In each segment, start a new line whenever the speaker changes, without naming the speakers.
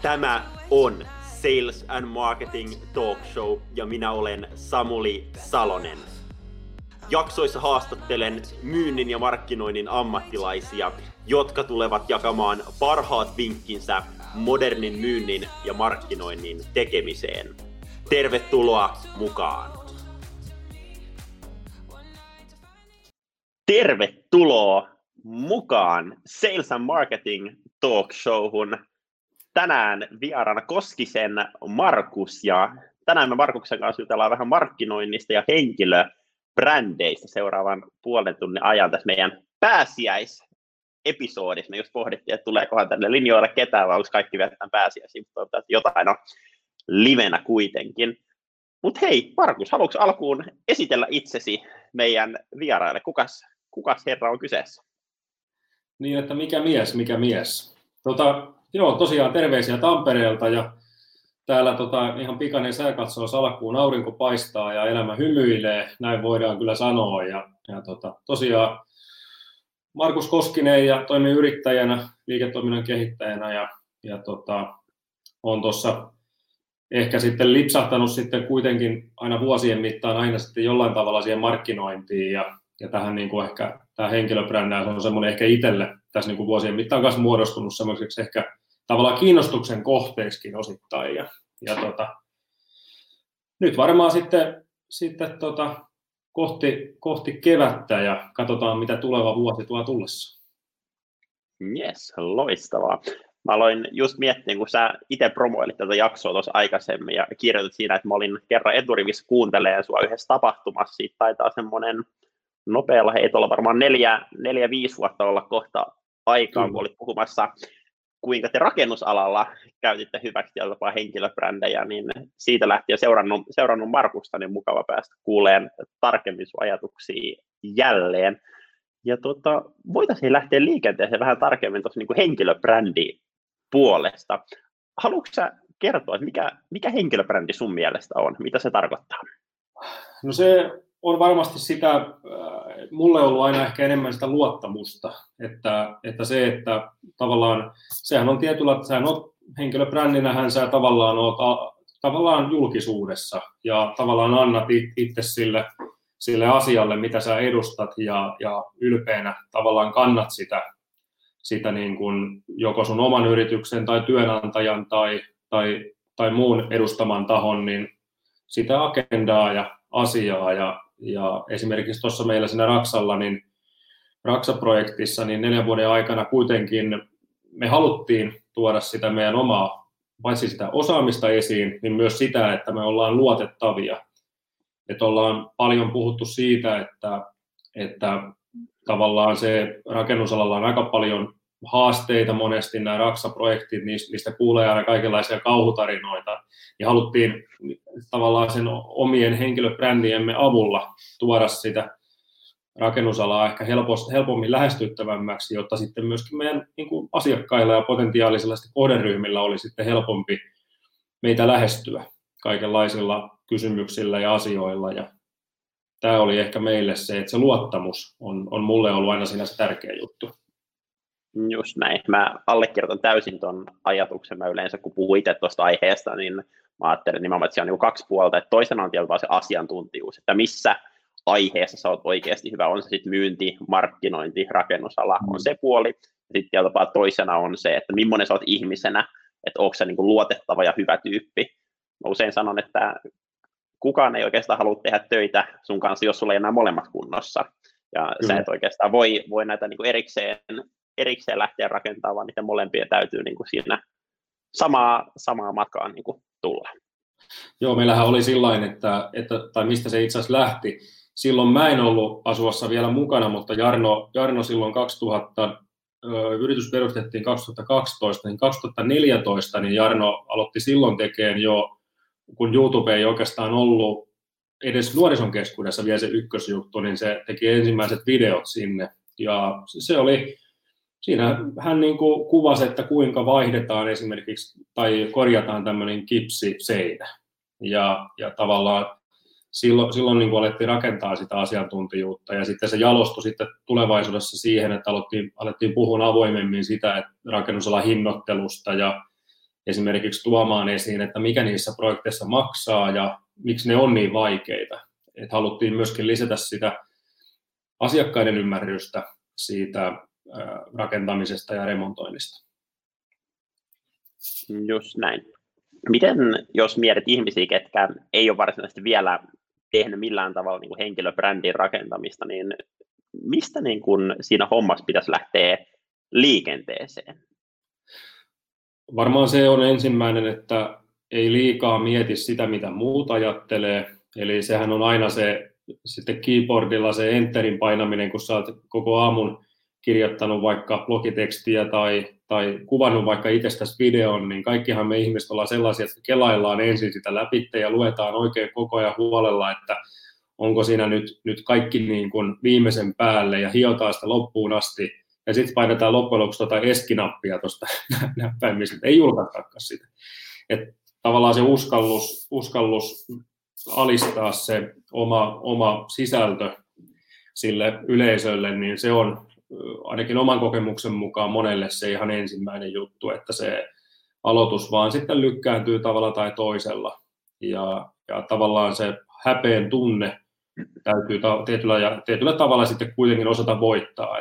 Tämä on Sales and Marketing Talk Show ja minä olen Samuli Salonen. Jaksoissa haastattelen myynnin ja markkinoinnin ammattilaisia, jotka tulevat jakamaan parhaat vinkkinsä modernin myynnin ja markkinoinnin tekemiseen. Tervetuloa mukaan! Tervetuloa mukaan Sales and Marketing Talk Showhun. Tänään vieraana Koskisen Markus ja tänään me Markuksen kanssa jutellaan vähän markkinoinnista ja henkilöbrändeistä seuraavan puolen tunnin ajan tässä meidän pääsiäisepisodissa. Me just pohdittiin, että tuleekohan tänne linjoille ketään vai onko kaikki vietetään pääsiäisiä, mutta jotain on livenä kuitenkin. Mutta hei Markus, haluatko alkuun esitellä itsesi meidän vieraille? Kukas herra on kyseessä?
Niin, että mikä mies. Joo, tosiaan terveisiä Tampereelta ja täällä ihan pikainen sääkatsaus alkuun, aurinko paistaa ja elämä hymyilee, näin voidaan kyllä sanoa. Tosiaan Markus Koskinen ja toimin yrittäjänä, liiketoiminnan kehittäjänä ja olen tuossa ehkä sitten lipsahtanut sitten kuitenkin aina vuosien mittaan aina sitten jollain tavalla siihen markkinointiin ja tähän niin kuin ehkä tämä henkilöbrändäys on semmoinen ehkä itselle tässä niin kuin vuosien mittaan kanssa muodostunut semmoiseksi ehkä tavallaan kiinnostuksen kohteeksikin osittain nyt varmaan sitten kohti kevättä ja katsotaan mitä tuleva vuosi tuo tullessa.
Yes, loistavaa. Mä aloin just miettiä, kun sä itse promoilit tätä jaksoa tuossa aikaisemmin ja kirjoitit siinä, että mä olin kerran eturivissä kuuntelemaan sua yhdessä tapahtumassa. Siitä taitaa semmoinen nopealla heitolla varmaan 4-5 vuotta olla kohta aikaa, kun olit puhumassa, kuinka te rakennusalalla käytitte hyväksi tietyllä tapaa henkilöbrändejä, niin siitä lähtien seurannut Markusta, niin mukava päästä kuulemaan tarkemmin sun ajatuksia jälleen. Ja voitaisiin lähteä liikenteeseen vähän tarkemmin tuossa niin kuin henkilöbrändin puolesta. Haluatko sä kertoa, että mikä henkilöbrändi sun mielestä on? Mitä se tarkoittaa?
No se on varmasti sitä, mulle on ollut aina ehkä enemmän sitä luottamusta, että se, että tavallaan sehän on tietyllä, sähän oot henkilöbrändinähän sä tavallaan oot julkisuudessa ja tavallaan annat itse sille asialle, mitä sä edustat ja ylpeänä tavallaan kannat sitä niin kuin joko sun oman yrityksen tai työnantajan tai muun edustaman tahon, niin sitä agendaa ja asiaa ja esimerkiksi tuossa meillä siinä Raksalla, niin Raksa-projektissa, niin 4 vuoden aikana kuitenkin me haluttiin tuoda sitä meidän omaa, paitsi sitä osaamista esiin, niin myös sitä, että me ollaan luotettavia. Että ollaan paljon puhuttu siitä, että tavallaan se rakennusalalla on aika paljon haasteita monesti, nämä Raksa-projektit, niistä kuulee aina kaikenlaisia kauhutarinoita, ja haluttiin tavallaan sen omien henkilöbrändiemme avulla tuoda sitä rakennusalaa ehkä helpommin lähestyttävämmäksi, jotta sitten myöskin meidän niin kuin asiakkailla ja potentiaalisilla kohderyhmillä oli sitten helpompi meitä lähestyä kaikenlaisilla kysymyksillä ja asioilla, ja tämä oli ehkä meille se, että se luottamus on mulle ollut aina siinä se tärkeä juttu.
Just näin. Mä allekirjoitan täysin tuon ajatuksen. Mä yleensä, kun puhun itse tuosta aiheesta, niin mä ajattelen nimenomaan, että siellä on 2 puolta. Että toisena on tietysti se asiantuntijuus, että missä aiheessa sä oot oikeasti hyvä. On se sitten myynti, markkinointi, rakennusala, on se puoli. Sitten tietysti toisena on se, että millainen sä oot ihmisenä, että onko sä niin kuin luotettava ja hyvä tyyppi. Mä usein sanon, että kukaan ei oikeastaan halua tehdä töitä sun kanssa, jos sulla ei enää molemmat kunnossa. Ja sä et oikeastaan voi näitä niin kuin erikseen lähteä rakentamaan, vaan niiden molempien täytyy niin kuin siinä samaa matkaa niin kuin tulla.
Joo, meillähän oli sillain, tai mistä se itse asiassa lähti. Silloin mä en ollut Asuassa vielä mukana, mutta Jarno silloin 2000, yritys perustettiin 2012, niin 2014 niin Jarno aloitti silloin tekemään jo, kun YouTube ei oikeastaan ollut edes nuorison keskuudessa vielä se ykkösjuttu, niin se teki ensimmäiset videot sinne. Ja se oli, siinä hän niin kuin kuvasi, että kuinka vaihdetaan esimerkiksi tai korjataan tämmöinen kipsiseinä. Ja tavallaan silloin niin kuin alettiin rakentaa sitä asiantuntijuutta ja sitten se jalostui sitten tulevaisuudessa siihen, että alettiin puhua avoimemmin sitä, että rakennusalan hinnoittelusta ja esimerkiksi tuomaan esiin, että mikä niissä projekteissa maksaa ja miksi ne on niin vaikeita. Et haluttiin myöskin lisätä sitä asiakkaiden ymmärrystä siitä rakentamisesta ja remontoinnista.
Just näin. Miten, jos mietit ihmisiä, ketkä ei ole varsinaisesti vielä tehnyt millään tavalla niin kuin henkilöbrändin rakentamista, niin mistä niin kuin siinä hommassa pitäisi lähteä liikenteeseen?
Varmaan se on ensimmäinen, että ei liikaa mieti sitä, mitä muut ajattelee. Eli sehän on aina se sitten keyboardilla se enterin painaminen, kun sä oot koko aamun kirjoittanut vaikka blogitekstiä tai kuvannut vaikka itsestäsi videon, niin kaikkihan me ihmiset ollaan sellaisia, että kelaillaan ensin sitä läpi ja luetaan oikein koko ajan huolella, että onko siinä nyt kaikki niin kuin viimeisen päälle ja hiotaan sitä loppuun asti. Ja sitten painetaan loppujen lopuksi eskinappia tuosta näppäimistä, ei julkaistakaan sitä. Että tavallaan se uskallus alistaa se oma sisältö sille yleisölle, niin se on ainakin oman kokemuksen mukaan monelle se ihan ensimmäinen juttu, että se aloitus vaan sitten lykkääntyy tavalla tai toisella. Ja tavallaan se häpeen tunne täytyy tietyllä tavalla sitten kuitenkin osata voittaa,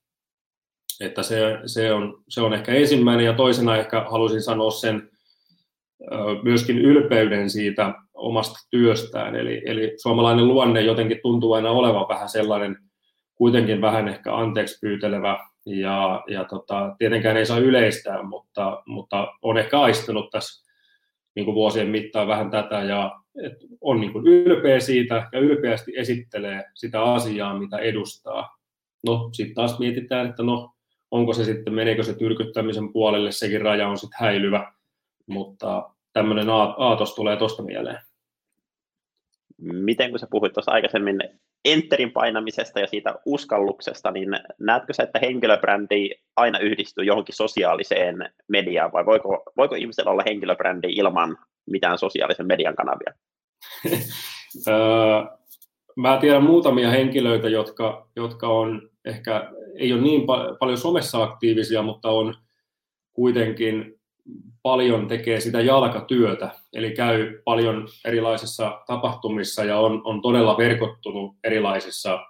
että se on ehkä ensimmäinen, ja toisena ehkä haluaisin sanoa sen myöskin ylpeyden siitä omasta työstään, eli suomalainen luonne jotenkin tuntuu aina olevan vähän sellainen, kuitenkin vähän ehkä anteeksi pyytelevä, ja tietenkään ei saa yleistää, mutta on ehkä aistunut tässä niin kuin vuosien mittaan vähän tätä, ja on niin kuin ylpeä siitä, ja ylpeästi esittelee sitä asiaa, mitä edustaa. No, sitten taas mietitään, että onko se sitten, meneekö se tyrkyttämisen puolelle, sekin raja on sitten häilyvä, mutta tämmöinen aatos tulee tuosta mieleen.
Miten kun sä puhuit tuossa aikaisemmin enterin painamisesta ja siitä uskalluksesta, niin näetkö sä, että henkilöbrändi aina yhdistyy johonkin sosiaaliseen mediaan, vai voiko ihmisellä olla henkilöbrändi ilman mitään sosiaalisen median kanavia?
Mä tiedän muutamia henkilöitä, jotka on ehkä, ei ole niin paljon somessa aktiivisia, mutta on kuitenkin paljon tekee sitä jalkatyötä, eli käy paljon erilaisissa tapahtumissa ja on todella verkottunut erilaisissa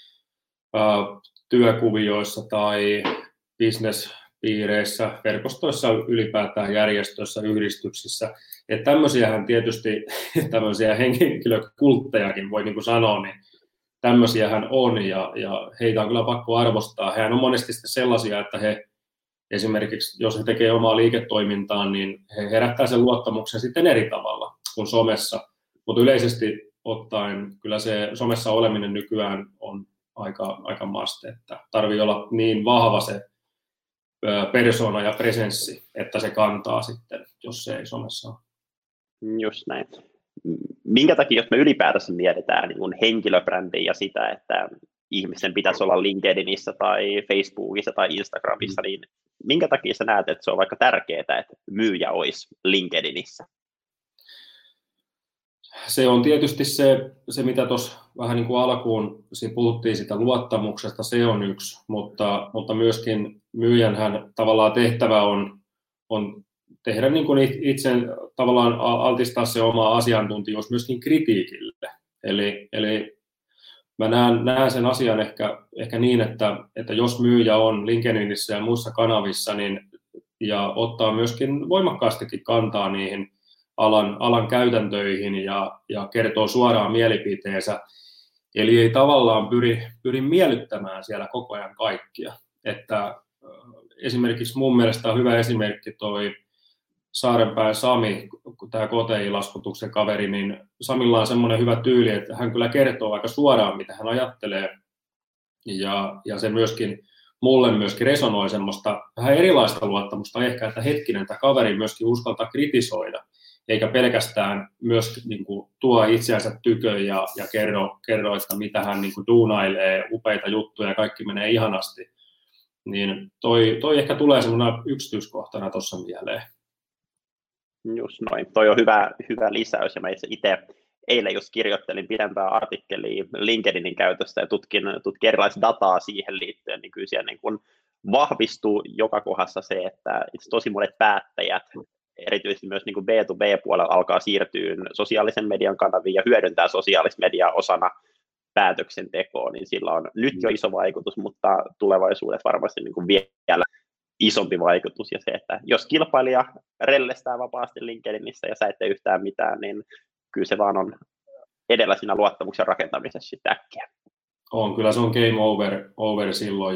työkuvioissa tai bisnespiireissä, verkostoissa, ylipäätään järjestöissä, yhdistyksissä. Että tämmöisiähän tietysti, tämmöisiä henkilökulttejakin voi niin kuin sanoa, niin tämmöisiähän on ja heitä on kyllä pakko arvostaa. Hehän on monesti sellaisia, että he esimerkiksi, jos he tekee omaa liiketoimintaa, niin he herättää sen luottamuksen sitten eri tavalla kuin somessa. Mutta yleisesti ottaen kyllä se somessa oleminen nykyään on aika must, että tarvii olla niin vahva se persona ja presenssi, että se kantaa sitten, jos se ei somessa ole.
Just näin. Minkä takia, jos me ylipäätänsä mietitään niin henkilöbrändiä ja sitä, että ihmisen pitäisi olla LinkedInissä tai Facebookissa tai Instagramissa, niin minkä takia sä näet, että se on vaikka tärkeää, että myyjä olisi LinkedInissä?
Se on tietysti se mitä tuossa vähän niin kuin alkuun puhuttiin sitä luottamuksesta, se on yksi, mutta myöskin myyjänhän tavallaan tehtävä on tehdä niin kuin itse tavallaan altistaa se oma asiantuntijuus myöskin kritiikille. Eli mä näen sen asian ehkä niin, että jos myyjä on LinkedInissä ja muissa kanavissa, niin, ja ottaa myöskin voimakkaastikin kantaa niihin alan käytäntöihin ja kertoo suoraan mielipiteensä, eli ei tavallaan pyri miellyttämään siellä koko ajan kaikkia. Että esimerkiksi mun mielestä on hyvä esimerkki toi Saarenpään Sami, tämä KTI-laskutuksen kaveri, niin Samilla on semmoinen hyvä tyyli, että hän kyllä kertoo aika suoraan, mitä hän ajattelee, ja se myöskin mulle myöskin resonoi semmoista vähän erilaista luottamusta ehkä, että hetkinen, tämä kaveri myöskin uskaltaa kritisoida, eikä pelkästään myös niin kuin, tuo itseänsä tykön ja kerro, että mitä hän niin kuin, duunailee, upeita juttuja ja kaikki menee ihanasti. Niin toi ehkä tulee semmoinen yksityiskohtana tuossa mieleen.
Just noin. Toi on hyvä lisäys, ja mä itse eilen just kirjoittelin pidempää artikkelia LinkedInin käytöstä ja tutkin erilaista dataa siihen liittyen, niin kyllä siellä niin kuin vahvistuu joka kohdassa se, että tosi monet päättäjät erityisesti myös niin kuin B2B-puolella alkaa siirtyä sosiaalisen median kanaviin ja hyödyntää sosiaalista mediaa osana päätöksentekoon, niin sillä on nyt jo iso vaikutus, mutta tulevaisuudessa varmasti niin kuin vielä isompi vaikutus. Ja se, että jos kilpailija rellestää vapaasti LinkedInissä ja sä ette yhtään mitään, niin kyllä se vaan on edellä siinä luottamuksen rakentamisessa sitten äkkiä.
Kyllä se on game over silloin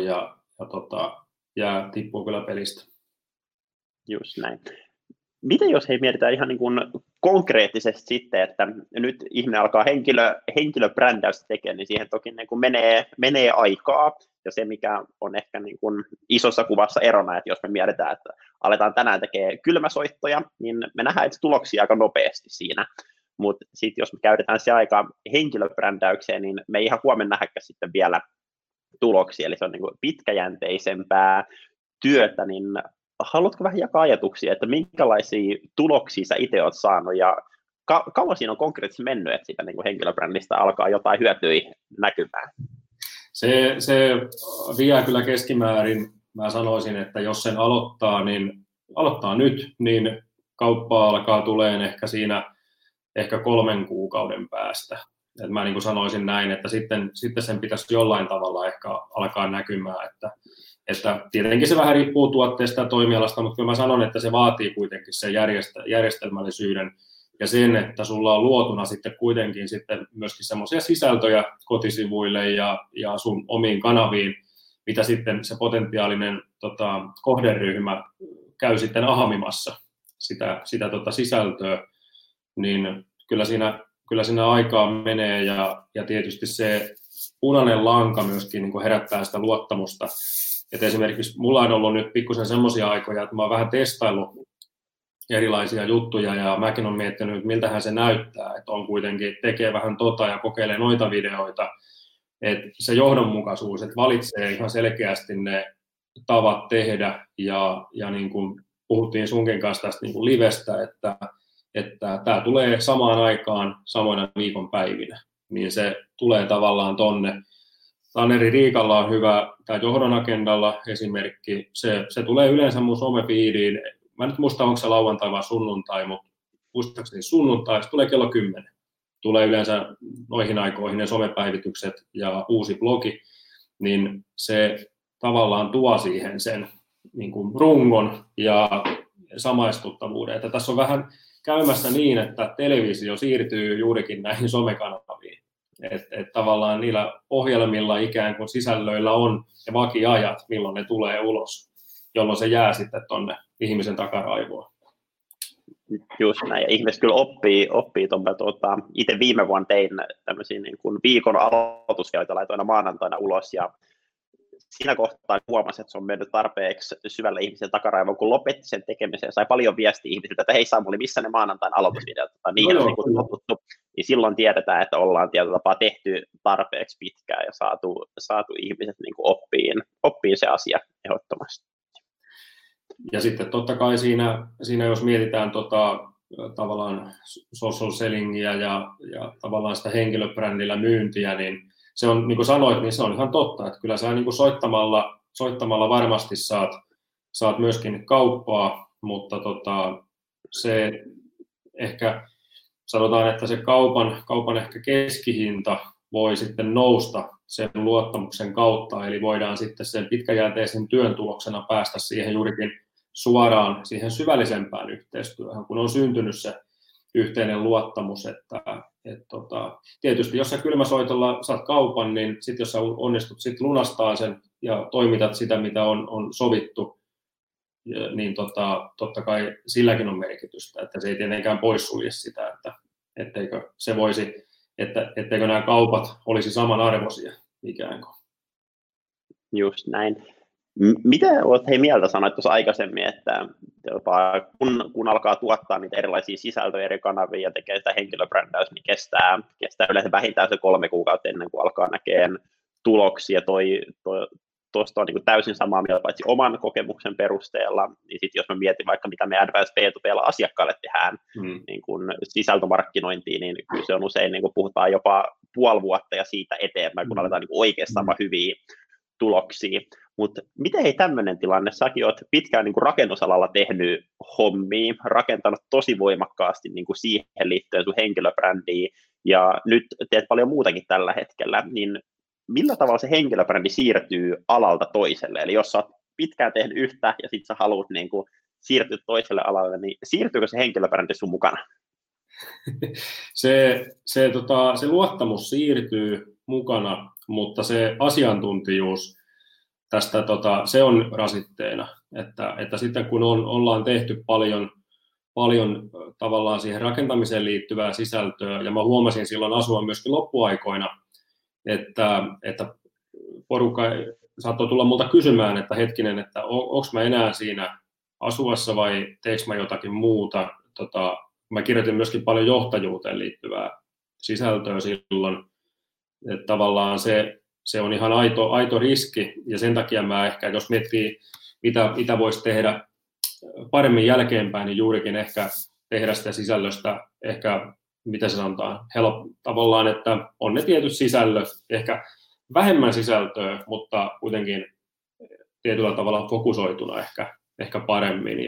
ja tippuu kyllä pelistä.
Just näin. Miten jos mietitään ihan niin kuin konkreettisesti sitten, että nyt ihminen alkaa henkilöbrändäystä tekemään, niin siihen toki niin kuin menee aikaa, ja se mikä on ehkä niin kuin isossa kuvassa erona, että jos me mietitään, että aletaan tänään tekemään kylmäsoittoja, niin me nähdään itse tuloksia aika nopeasti siinä, mutta sitten jos me käytetään se aika henkilöbrändäykseen, niin me ei ihan huomenna nähdäkään sitten vielä tuloksia, eli se on niin kuin pitkäjänteisempää työtä, niin haluatko vähän jakaa ajatuksia, että minkälaisia tuloksia sä itse olet saanut ja kauan siinä on konkreettisesti mennyt, että siitä niin kuin henkilöbrändistä alkaa jotain hyötyä näkymään?
Se vie kyllä keskimäärin, mä sanoisin, että jos sen aloittaa nyt, niin kauppaa alkaa tulemaan ehkä siinä 3 kuukauden päästä. Et mä niin kuin sanoisin näin, että sitten sen pitäisi jollain tavalla ehkä alkaa näkymään, että tietenkin se vähän riippuu tuotteesta ja toimialasta, mutta kyllä mä sanon, että se vaatii kuitenkin sen järjestelmällisyyden ja sen, että sulla on luotuna sitten kuitenkin sitten myöskin semmoisia sisältöjä kotisivuille ja sun omiin kanaviin, mitä sitten se potentiaalinen kohderyhmä käy sitten ahamimassa sitä sisältöä, niin kyllä siinä aikaa menee ja tietysti se punainen lanka myöskin niin kuin herättää sitä luottamusta. Et esimerkiksi mulla on ollut nyt pikkusen semmoisia aikoja, että mä oon vähän testaillut erilaisia juttuja ja mäkin olen miettinyt, että miltähän se näyttää, että on kuitenkin tekee vähän ja kokeilee noita videoita, että se johdonmukaisuus, että valitsee ihan selkeästi ne tavat tehdä ja niin kuin puhuttiin sunkin kanssa tästä niin kuin livestä, että tämä tulee samaan aikaan samoina viikonpäivinä, niin se tulee tavallaan tonne. Tanneri Riikalla on hyvä, tämä johdon agendalla esimerkki, se tulee yleensä mun somefiidiin, mä en nyt muista onko se lauantai vai sunnuntai, mutta muistaakseni sunnuntai, se tulee kello 10. Tulee yleensä noihin aikoihin ne somepäivitykset ja uusi blogi, niin se tavallaan tuo siihen sen niin kuin rungon ja samaistuttavuuden. Että tässä on vähän käymässä niin, että televisio siirtyy juurikin näihin somekanaviin. Että tavallaan niillä ohjelmilla ikään kuin sisällöillä on ne vakiajat, milloin ne tulee ulos, jolloin se jää sitten tuonne ihmisen takaraivoon.
Just näin, ja ihmiset kyllä oppii itse viime vuonna tein tämmöisiä niin kuin viikon aloituksia, joita laitoin aina maanantaina ulos, ja siinä kohtaa huomasin, että se on mennyt tarpeeksi syvälle ihmisen takaraivoon, kun lopetti sen tekemisen ja sai paljon viestiä ihmisiltä, että hei Samuli, missä ne maanantain aloitusvideot, niihin on niin totuttu, niin silloin tiedetään, että ollaan tietyllä tapaa tehty tarpeeksi pitkään ja saatu ihmiset niin kuin oppiin se asia ehdottomasti.
Ja sitten totta kai siinä jos mietitään tavallaan social sellingia ja tavallaan sitä henkilöbrändillä myyntiä, niin se on, niin kuin sanoit, niin se on ihan totta, että kyllä sä niin kuin soittamalla varmasti saat myöskin kauppaa, mutta se ehkä sanotaan, että se kaupan ehkä keskihinta voi sitten nousta sen luottamuksen kautta, eli voidaan sitten sen pitkäjänteisen työn tuloksena päästä siihen juurikin suoraan siihen syvällisempään yhteistyöhön, kun on syntynyt se yhteinen luottamus, että tietysti jos sä kylmäsoitolla saat kaupan, niin sitten jos sä onnistut sit lunastaa sen ja toimitat sitä, mitä on sovittu, niin totta kai silläkin on merkitystä, että se ei tietenkään poissulje sitä, että etteikö nämä kaupat olisi samanarvoisia ikään kuin.
Just näin. Mitä olet mieltä, sanoit tuossa aikaisemmin, että kun alkaa tuottaa niitä erilaisia sisältöjä eri kanavia ja tekee sitä henkilöbrändäystä, niin kestää yleensä vähintään se 3 kuukautta ennen kuin alkaa näkemään tuloksia. Tuosta on niin kuin täysin samaa mieltä paitsi oman kokemuksen perusteella, niin sitten jos mä mietin vaikka mitä me Advanced B2B:llä asiakkaille tehdään niin kuin sisältömarkkinointiin, niin kyllä se on usein, niin kuin puhutaan jopa puoli vuotta ja siitä eteenpäin, kun aletaan niin kuin oikeasti saamaan hyviä tuloksia. Mutta miten hei tämmöinen tilanne, säkin oot pitkään niin kuin rakennusalalla tehnyt hommia, rakentanut tosi voimakkaasti niin kuin siihen liittyen sun henkilöbrändiä, ja nyt teet paljon muutakin tällä hetkellä, niin millä tavalla se henkilöbrändi siirtyy alalta toiselle? Eli jos sä oot pitkään tehnyt yhtä ja sit sä haluat niin kuin siirtyä toiselle alalle, niin siirtyykö se henkilöbrändi sun mukana?
Se luottamus siirtyy mukana, mutta se asiantuntijuus tästä se on rasitteena, että sitten kun ollaan tehty paljon tavallaan siihen rakentamiseen liittyvää sisältöä, ja mä huomasin silloin asua myöskin loppuaikoina, että porukka saattoi tulla multa kysymään, että hetkinen, että onko mä enää siinä asuvassa vai teekö mä jotakin muuta. Mä kirjoitin myöskin paljon johtajuuteen liittyvää sisältöä silloin, että tavallaan se on ihan aito riski, ja sen takia mä ehkä, jos miettii, mitä voisi tehdä paremmin jälkeenpäin, niin juurikin ehkä tehdä sitä sisällöstä, ehkä, mitä se sanotaan, tavallaan, että on ne tietyt sisällöt, ehkä vähemmän sisältöä, mutta kuitenkin tietyllä tavalla fokusoituna ehkä paremmin,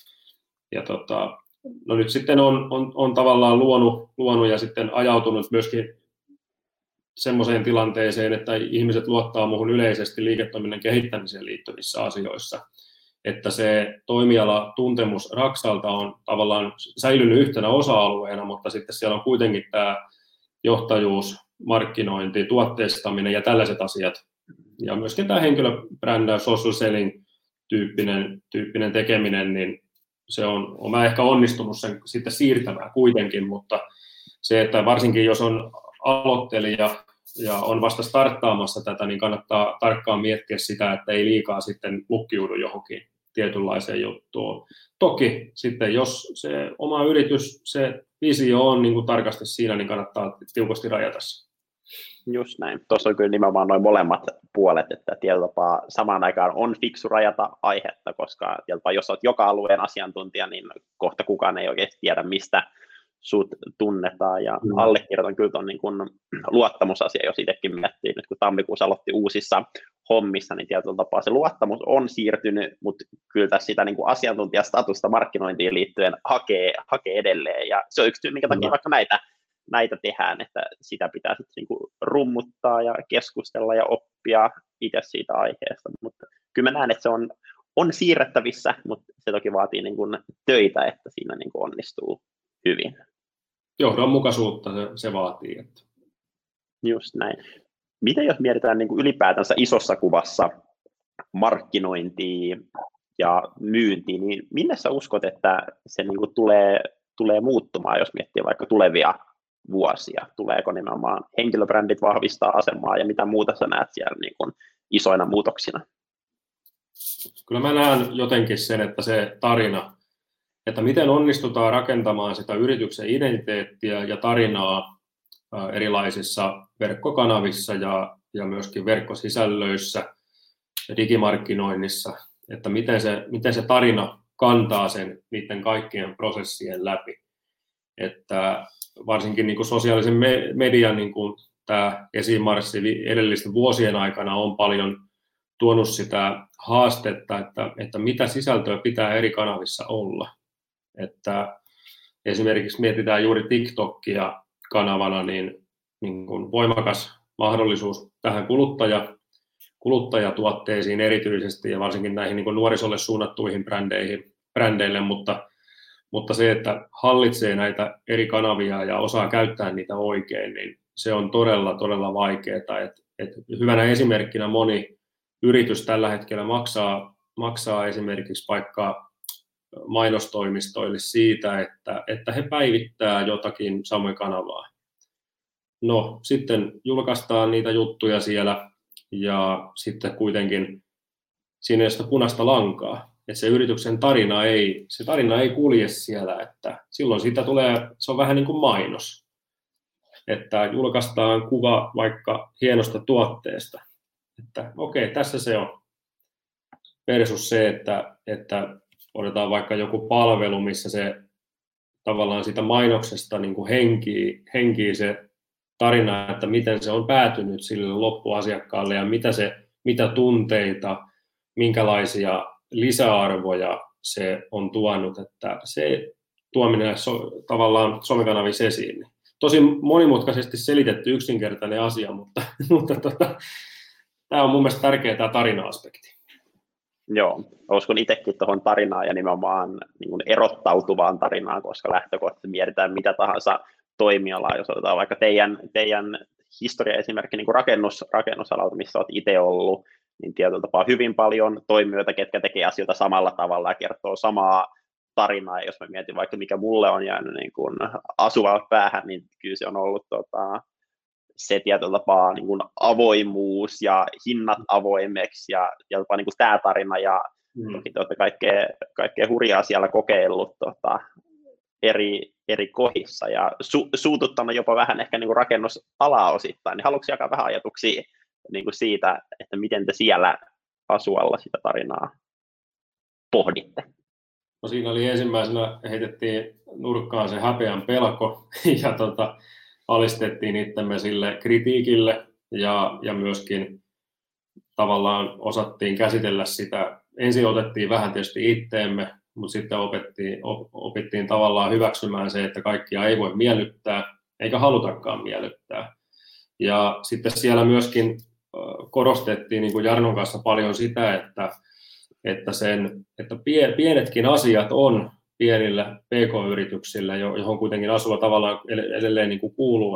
no nyt sitten on tavallaan luonut ja sitten ajautunut myöskin semmoiseen tilanteeseen, että ihmiset luottaa muuhun yleisesti liiketoiminnan kehittämiseen liittyvissä asioissa, että se toimiala tuntemus Raksalta on tavallaan säilynyt yhtenä osa-alueena, mutta sitten siellä on kuitenkin tämä johtajuus, markkinointi, tuotteistaminen ja tällaiset asiat, ja myöskin tämä henkilöbrändäys, social selling tyyppinen tekeminen, niin se on mä ehkä onnistunut sen sitten siirtämään kuitenkin, mutta se, että varsinkin jos on aloittelija ja on vasta starttaamassa tätä, niin kannattaa tarkkaan miettiä sitä, että ei liikaa sitten lukkiudu johonkin tietynlaiseen juttuun. Toki sitten, jos se oma yritys, se visio on niin kuin tarkasti siinä, niin kannattaa tiukasti rajata se.
Just näin. Tuossa on kyllä nimenomaan noin molemmat puolet, että tietyllä tapaa samaan aikaan on fiksu rajata aihetta, koska jos olet joka alueen asiantuntija, niin kohta kukaan ei oikeasti tiedä, mistä sut tunnetaan, ja allekirjoitan kyllä tuon niin kun luottamusasia, jos itsekin miettii, nyt kun tammikuussa aloitti uusissa hommissa, niin tietyllä tapaa se luottamus on siirtynyt, mutta kyllä tässä sitä niin kuin asiantuntijastatusta markkinointiin liittyen hakee edelleen, ja se on yksi syy, minkä takia vaikka näitä tehdään, että sitä pitää sitten niin kuin rummuttaa ja keskustella ja oppia itse siitä aiheesta, mutta kyllä mä näen, että se on siirrettävissä, mutta se toki vaatii niin kuin töitä, että siinä niin kuin onnistuu hyvin.
Johdonmukaisuutta se vaatii. Että.
Just näin. Miten jos mietitään niin kuin ylipäätänsä isossa kuvassa markkinointia ja myyntiä, niin minne sä uskot, että se niin kuin tulee muuttumaan, jos miettii vaikka tulevia vuosia? Tuleeko nimenomaan henkilöbrändit vahvistaa asemaa ja mitä muuta sä näet siellä niin kuin isoina muutoksina?
Kyllä mä näen jotenkin sen, että se tarina, että miten onnistutaan rakentamaan sitä yrityksen identiteettiä ja tarinaa erilaisissa verkkokanavissa ja myöskin verkkosisällöissä ja digimarkkinoinnissa, että miten se tarina kantaa sen niiden kaikkien prosessien läpi. Että varsinkin niin kuin sosiaalisen median niin kuin tämä esimarssi edellisten vuosien aikana on paljon tuonut sitä haastetta, että mitä sisältöä pitää eri kanavissa olla. Että esimerkiksi mietitään juuri TikTokia kanavana, niin kuin voimakas mahdollisuus tähän kuluttajatuotteisiin erityisesti ja varsinkin näihin niin kuin nuorisolle suunnattuihin brändeille, mutta se, että hallitsee näitä eri kanavia ja osaa käyttää niitä oikein, niin se on todella, todella vaikeaa. Et hyvänä esimerkkinä moni yritys tällä hetkellä maksaa esimerkiksi vaikka mainostoimistoille siitä, että he päivittää jotakin some-kanavaa. No, sitten julkaistaan niitä juttuja siellä ja sitten kuitenkin siinä ei ole sitä punaista lankaa. Että se yrityksen tarina ei kulje siellä, että silloin siitä tulee, se on vähän niin kuin mainos. Että julkaistaan kuva vaikka hienosta tuotteesta, että okei, tässä se on. Versus se, että otetaan vaikka joku palvelu, missä se tavallaan sitä mainoksesta niin kuin henkii se tarina, että miten se on päätynyt sille loppuasiakkaalle ja mitä tunteita, minkälaisia lisäarvoja se on tuonut, että se tuominen tavallaan somekanavissa esiin. Tosi monimutkaisesti selitetty yksinkertainen asia, mutta tämä on mun mielestä tärkeä tämä tarina-aspekti.
Joo, uskon itsekin tuohon tarinaan ja nimenomaan niin kuin erottautuvaan tarinaan, koska lähtökohtaisesti mietitään mitä tahansa toimialaa, jos otetaan vaikka teidän historia-esimerkki niin kuin rakennusalalta, missä olet itse ollut, niin tietyllä tapaa hyvin paljon toimijoita, ketkä tekee asioita samalla tavalla ja kertoo samaa tarinaa. Ja jos mä mietin vaikka mikä mulle on jäänyt niin kuin asuvalle päähän, niin kyllä se on ollut se tietyllä tapaa niin kuin avoimuus ja hinnat avoimeksi ja jopa niin kuin tämä tarina ja toki te olette kaikkea hurjaa siellä kokeillut eri kohdissa ja suututtanut jopa vähän ehkä niin kuin rakennusalaa osittain, niin haluatko jakaa vähän ajatuksia niin kuin siitä, että miten te siellä Asualla sitä tarinaa pohditte?
No siinä oli ensimmäisenä, heitettiin nurkkaan se häpeän pelko ja alistettiin itsemme sille kritiikille ja myöskin tavallaan osattiin käsitellä sitä. Ensin otettiin vähän tietysti itteemme, mutta sitten opittiin tavallaan hyväksymään se, että kaikkia ei voi miellyttää, eikä halutakaan miellyttää. Ja sitten siellä myöskin korostettiin niin kuin Jarnon kanssa paljon sitä, että pienetkin asiat on pienillä PK-yrityksillä, johon kuitenkin Asua tavallaan edelleen niin kuin kuuluu,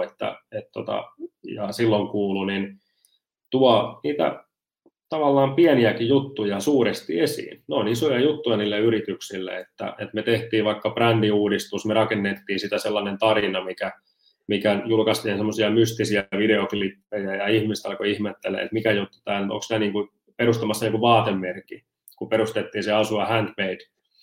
ja silloin kuuluu, niin tuo niitä tavallaan pieniäkin juttuja suuresti esiin. Ne on isoja juttuja niille yrityksille, että me tehtiin vaikka brändiuudistus, me rakennettiin sitä sellainen tarina, mikä julkaistiin semmoisia mystisiä videoklippejä ja ihmiset alkoi ihmettelemään, että mikä juttu tämä on, onko tämä niin kuin perustamassa joku vaatemerkki, kun perustettiin se Asua Handmade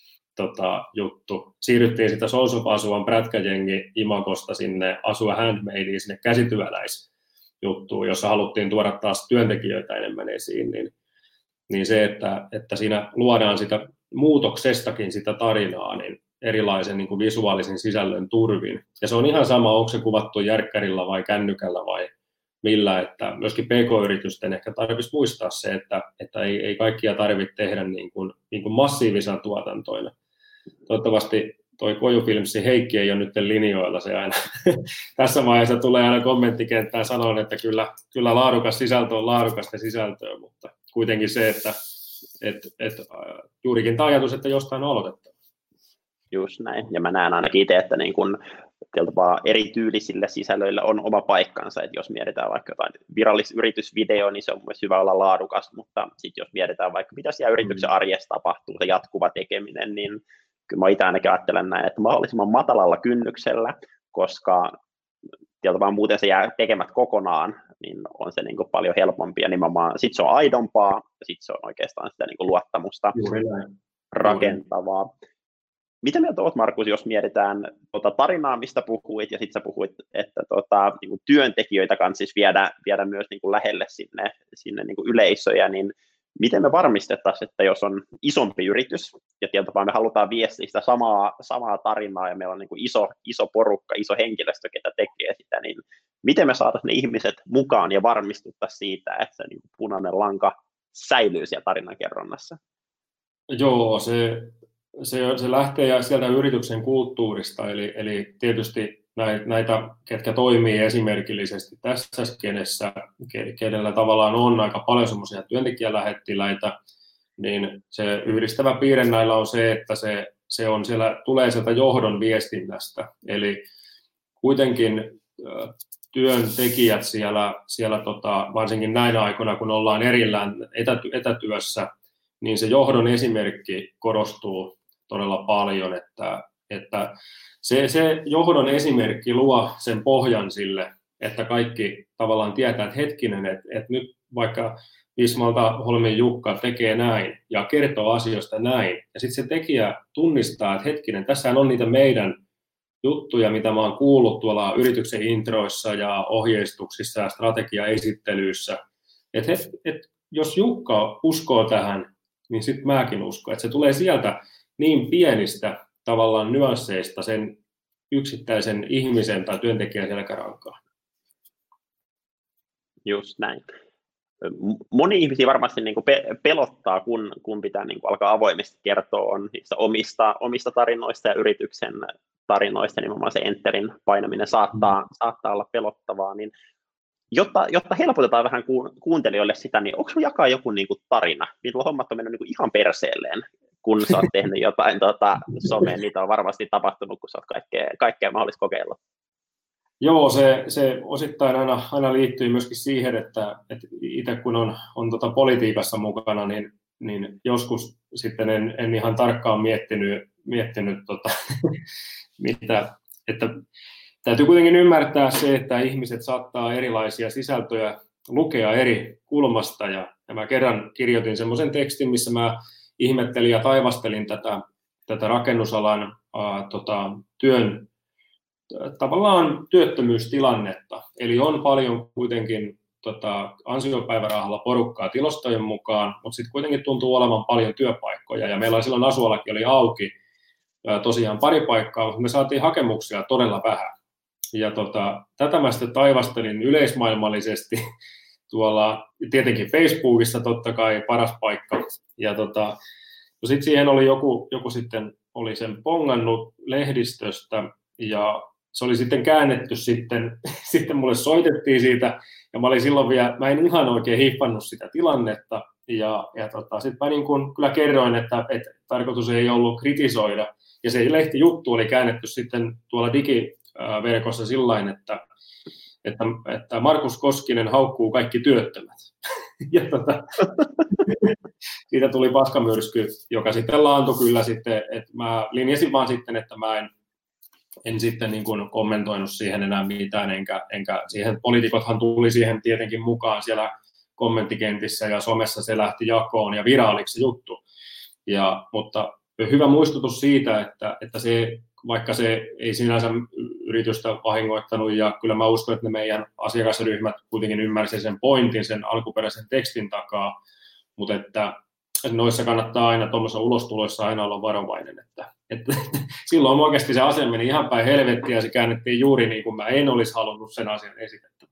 juttu. Siirryttiin sitä Souls of Asuan prätkäjengi imagosta sinne Asua Handmadeen, sinne käsityöläisjuttuun, jossa haluttiin tuoda taas työntekijöitä enemmän esiin, niin se, että siinä luodaan sitä muutoksestakin sitä tarinaa, niin erilaisen niin kuin visuaalisen sisällön turvin. Ja se on ihan sama, onko se kuvattu järkkärillä vai kännykällä vai millä, että myöskin PK-yritysten ehkä tarvitsisi muistaa se, että ei kaikkia tarvitse tehdä niin kuin massiivisena tuotantoina. Toivottavasti toi Kojufilmsin Heikki ei ole nyt linjoilla, se aina tässä vaiheessa tulee aina kommenttikenttään sanoen, että kyllä laadukas sisältö on laadukasta sisältöä, mutta kuitenkin se, että juurikin tämä ajatus, että jostain on aloitettava.
Just näin, ja mä näen ainakin itse, että niin kun erityylisillä sisällöillä on oma paikkansa, että jos mietitään vaikka jotain virallisyritysvideo, niin se on myös hyvä olla laadukas, mutta sitten jos mietitään vaikka mitä siellä yrityksen arjessa tapahtuu, se jatkuva tekeminen, niin kyllä mä itse ainakin ajattelen näin, että mahdollisimman matalalla kynnyksellä, koska muuten se jää tekemät kokonaan, niin on se niin kuin paljon helpompi ja nimenomaan sitten se on aidompaa ja sitten se on oikeastaan sitä niin kuin luottamusta rakentavaa. Mitä mieltä olet, Markus, jos mietitään tarinaa, mistä puhuit, ja sitten sä puhuit, että niin kuin työntekijöitä kanssa siis viedä myös niin kuin lähelle sinne niin kuin yleisöjä, niin miten me varmistettaisiin, että jos on isompi yritys, ja tietysti me halutaan viestiä sitä samaa tarinaa, ja meillä on niin kuin iso porukka, iso henkilöstö, ketä tekee sitä, niin miten me saataisiin ne ihmiset mukaan ja varmistuttaa siitä, että se niin kuin punainen lanka säilyy siellä tarinankerronnassa?
Joo, se lähtee sieltä yrityksen kulttuurista, eli tietysti näitä, ketkä toimii esimerkillisesti tässä skenessä, kenellä tavallaan on aika paljon semmoisia työntekijälähettiläitä, niin se yhdistävä piirre näillä on se, että se on tulee sieltä johdon viestinnästä, eli kuitenkin työntekijät siellä varsinkin näinä aikoina, kun ollaan erillään etätyössä, niin se johdon esimerkki korostuu todella paljon, että se johdon esimerkki luo sen pohjan sille, että kaikki tavallaan tietää, että hetkinen, että nyt vaikka Ismalta Holmin Jukka tekee näin ja kertoo asioista näin, ja sitten se tekijä tunnistaa, että hetkinen, tässähän on niitä meidän juttuja, mitä mä oon kuullut tuolla yrityksen introissa ja ohjeistuksissa ja strategiaesittelyissä, että jos Jukka uskoo tähän, niin sitten mäkin uskon, että se tulee sieltä niin pienistä tavallaan nyansseista sen yksittäisen ihmisen tai työntekijän selkärankaan.
Just näin. moni ihmisiä varmasti niin kuin pelottaa, kun pitää niin kuin alkaa avoimesti kertoa niistä omista tarinoista ja yrityksen tarinoista, nimenomaan se enterin painaminen saattaa olla pelottavaa, niin jotta helpotetaan vähän kuuntelijoille sitä, niin onko sinulla jakaa joku niin kuin tarina, milloin hommat on mennyt niin kuin ihan perseelleen, kun sä oot tehnyt jotain someen, niitä on varmasti tapahtunut, kun sä oot kaikkea mahdollista kokeillut.
Joo, se osittain aina liittyy myöskin siihen, että itse kun on politiikassa mukana, niin joskus sitten en ihan tarkkaan miettinyt mitä, että täytyy kuitenkin ymmärtää se, että ihmiset saattaa erilaisia sisältöjä lukea eri kulmasta, ja mä kerran kirjoitin semmoisen tekstin, missä mä ihmettelin ja taivastelin tätä rakennusalan työn tavallaan työttömyystilannetta. Eli on paljon kuitenkin ansiopäivärahalla porukkaa tilastojen mukaan, mutta sitten kuitenkin tuntuu olevan paljon työpaikkoja. Ja meillä silloin Asualakin oli auki tosiaan pari paikkaa, mutta me saatiin hakemuksia todella vähän. Ja tätä mä sitten taivastelin yleismaailmallisesti tuolla tietenkin Facebookissa totta kai paras paikka. Ja sitten siihen oli joku sitten oli sen pongannut lehdistöstä, ja se oli sitten käännetty sitten mulle soitettiin siitä, ja mä olin silloin vielä, mä en ihan oikein hiffannut sitä tilannetta, ja sitten mä niin kun kyllä kerroin, että tarkoitus ei ollut kritisoida, ja se lehtijuttu oli käännetty sitten tuolla digiverkossa sillain, että Markus Koskinen haukkuu kaikki työttömät. Ja siitä tuli paskamyrsky, joka sitten laantui kyllä sitten, että mä linjasin vaan sitten, että mä en sitten niin kuin kommentoinut siihen enää mitään, enkä siihen, poliitikothan tuli siihen tietenkin mukaan siellä kommenttikentissä ja somessa se lähti jakoon ja viraaliksi juttu. Mutta hyvä muistutus siitä, että se, vaikka se ei sinänsä yritystä vahingoittanut, ja kyllä mä uskon, että ne meidän asiakasryhmät kuitenkin ymmärsivät sen pointin sen alkuperäisen tekstin takaa, mutta että noissa kannattaa aina tuommoisessa ulostuloissa aina olla varovainen, että silloin oikeasti se asia meni ihan päin helvettiä ja se käännettiin juuri niin kuin mä en olisi halunnut sen asian esitettä.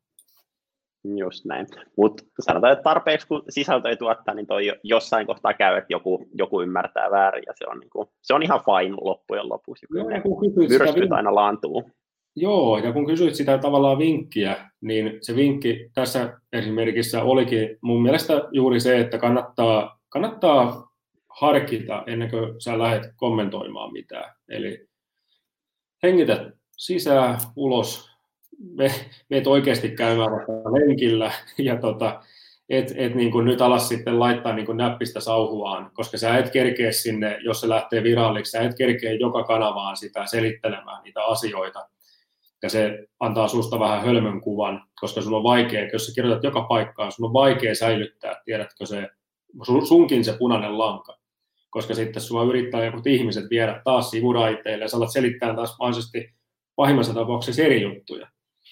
Just näin. Mutta sanotaan, että tarpeeksi kun sisältö ei tuottaa, niin toi jossain kohtaa käy, että joku ymmärtää väärin ja se on ihan fine loppujen lopuksi. Myrskyt aina laantuu.
Joo, ja kun kysyit sitä tavallaan vinkkiä, niin se vinkki tässä esimerkissä olikin mun mielestä juuri se, että kannattaa harkita ennen kuin sä lähdet kommentoimaan mitään. Eli hengitä sisään, ulos, meet oikeasti käymään vaikka lenkillä ja et niin kuin nyt alas sitten laittaa niin kuin näppistä sauhuaan, koska sä et kerkeä sinne, jos se lähtee viralliksi, sä et kerkeä joka kanavaan sitä selittelemään niitä asioita. Ja se antaa susta vähän hölmön kuvan, koska sun on vaikea, jos sä kirjoitat joka paikkaan, sun on vaikea säilyttää, tiedätkö se, sunkin se punainen lanka, koska sitten sua yrittää jotkut ihmiset viedä taas sivuraiteille ja sä alat selittää taas mahdollisesti pahimmassa tapauksessa eri juttuja.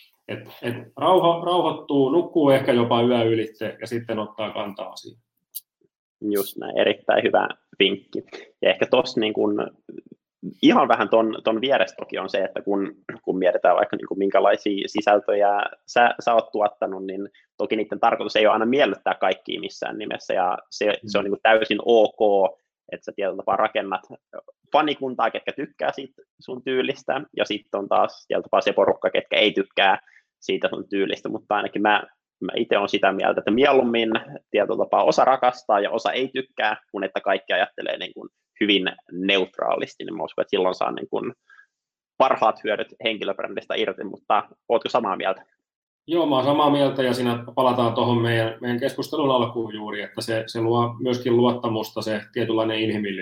Et rauhoittuu, nukkuu ehkä jopa yö ylitse ja sitten ottaa kantaa siihen.
Just näin, erittäin hyvä vinkki. Ja ehkä tuossa niin kun ihan vähän ton vieressä toki on se, että kun mietitään vaikka niin kuin minkälaisia sisältöjä sä oot tuottanut, niin toki niiden tarkoitus ei ole aina miellyttää kaikkia missään nimessä, ja se on niin kuin täysin ok, että sä tietyllä tapaa rakennat fanikuntaa, ketkä tykkää siitä sun tyylistä, ja sitten on taas tietyllä tapaa se porukka, ketkä ei tykkää siitä sun tyylistä, mutta ainakin mä itse olen sitä mieltä, että mieluummin tietyllä tapaa osa rakastaa ja osa ei tykkää, kun että kaikki ajattelee niin kuin hyvin neutraalisti, niin mä uskon, että silloin saa niin kuin parhaat hyödyt henkilöbrändistä irti, mutta ootko samaa mieltä?
Joo, mä oon samaa mieltä, ja siinä palataan tuohon meidän keskustelun alkuun juuri, että se luo myöskin luottamusta, se tietynlainen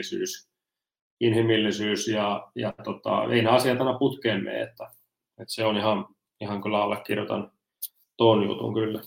inhimillisyys ja ei ne asiat aina putkeen mene, että se on ihan kyllä allekirjoitan tuon jutun kyllä.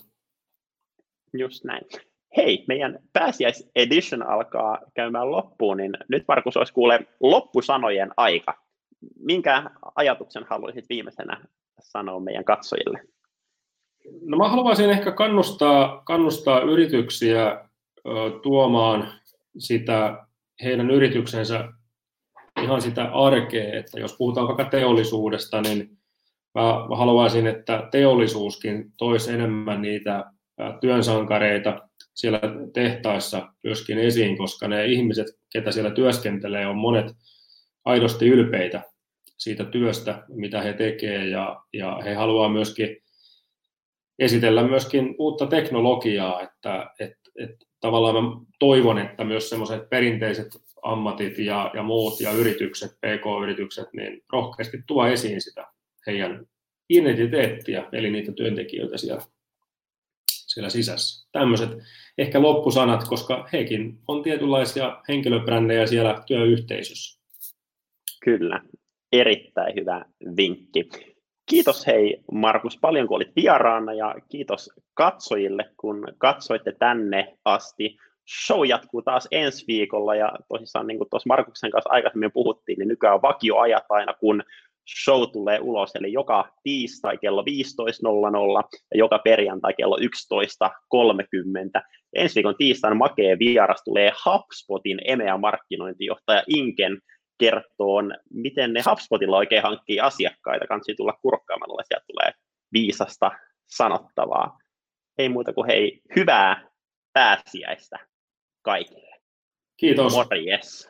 Just näin. Hei, meidän pääsiäisedition alkaa käymään loppuun, niin nyt Markus olisi kuule loppusanojen aika. Minkä ajatuksen haluaisit viimeisenä sanoa meidän katsojille?
No mä haluaisin ehkä kannustaa yrityksiä tuomaan sitä heidän yrityksensä ihan sitä arkea, että jos puhutaan vaikka teollisuudesta, niin mä haluaisin, että teollisuuskin toisi enemmän niitä työnsankareita siellä tehtaissa myöskin esiin, koska ne ihmiset, ketä siellä työskentelee, on monet aidosti ylpeitä siitä työstä, mitä he tekevät, ja he haluaa myöskin esitellä myöskin uutta teknologiaa, että tavallaan mä toivon, että myös semmoiset perinteiset ammatit ja muut ja yritykset, PK-yritykset, niin rohkeasti tuo esiin sitä heidän identiteettiä, eli niitä työntekijöitä siellä sisässä. Tämmöiset ehkä loppusanat, koska hekin on tietynlaisia henkilöbrändejä siellä työyhteisössä.
Kyllä, erittäin hyvä vinkki. Kiitos hei Markus paljon, kun olit vieraana, ja kiitos katsojille, kun katsoitte tänne asti. Show jatkuu taas ensi viikolla, ja tosissaan niin kuin tuossa Markuksen kanssa aikaisemmin puhuttiin, niin nykyään on vakioajat aina, kun show tulee ulos, eli joka tiistai kello 15.00 ja joka perjantai kello 11.30. Ensi viikon tiistaina makea vieras tulee HubSpotin EMEA-markkinointijohtaja Inken kertoon, miten ne HubSpotilla oikein hankkii asiakkaita. Kannattaa tulla kurkkaamalla, sieltä tulee viisasta sanottavaa. Ei muuta kuin hei, hyvää pääsiäistä kaikille.
Kiitos.
Morjes.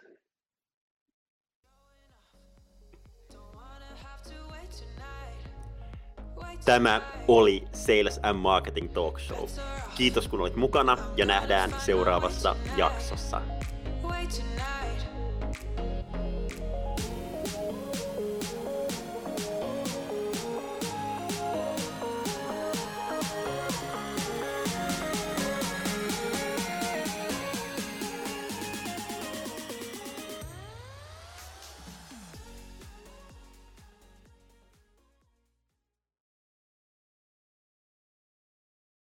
Tämä oli Sales and Marketing Talk Show. Kiitos kun olit mukana ja nähdään seuraavassa jaksossa.